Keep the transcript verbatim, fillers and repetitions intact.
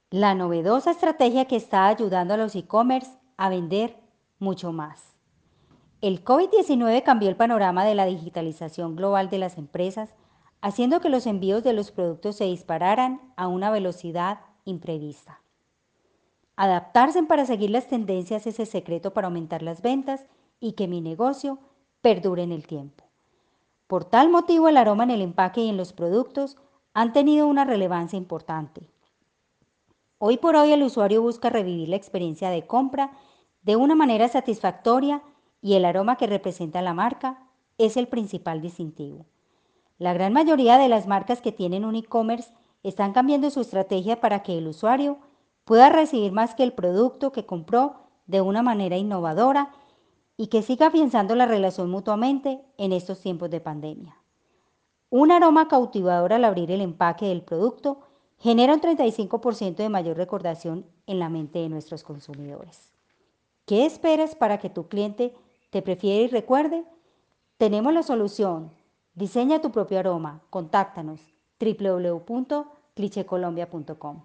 la novedosa estrategia que está ayudando a los e-commerce a vender mucho más. El COVID diecinueve cambió el panorama de la digitalización global de las empresas, haciendo que los envíos de los productos se dispararan a una velocidad imprevista. Adaptarse para seguir las tendencias es el secreto para aumentar las ventas y que mi negocio perdure en el tiempo. Por tal motivo, el aroma en el empaque y en los productos han tenido una relevancia importante. Hoy por hoy el usuario busca revivir la experiencia de compra de una manera satisfactoria y el aroma que representa la marca es el principal distintivo. La gran mayoría de las marcas que tienen un e-commerce están cambiando su estrategia para que el usuario pueda recibir más que el producto que compró de una manera innovadora y que siga afianzando la relación mutuamente en estos tiempos de pandemia. Un aroma cautivador al abrir el empaque del producto genera un treinta y cinco por ciento de mayor recordación en la mente de nuestros consumidores. ¿Qué esperas para que tu cliente te prefiera y recuerde? Tenemos la solución. Diseña tu propio aroma. Contáctanos w w w punto cliche colombia punto com.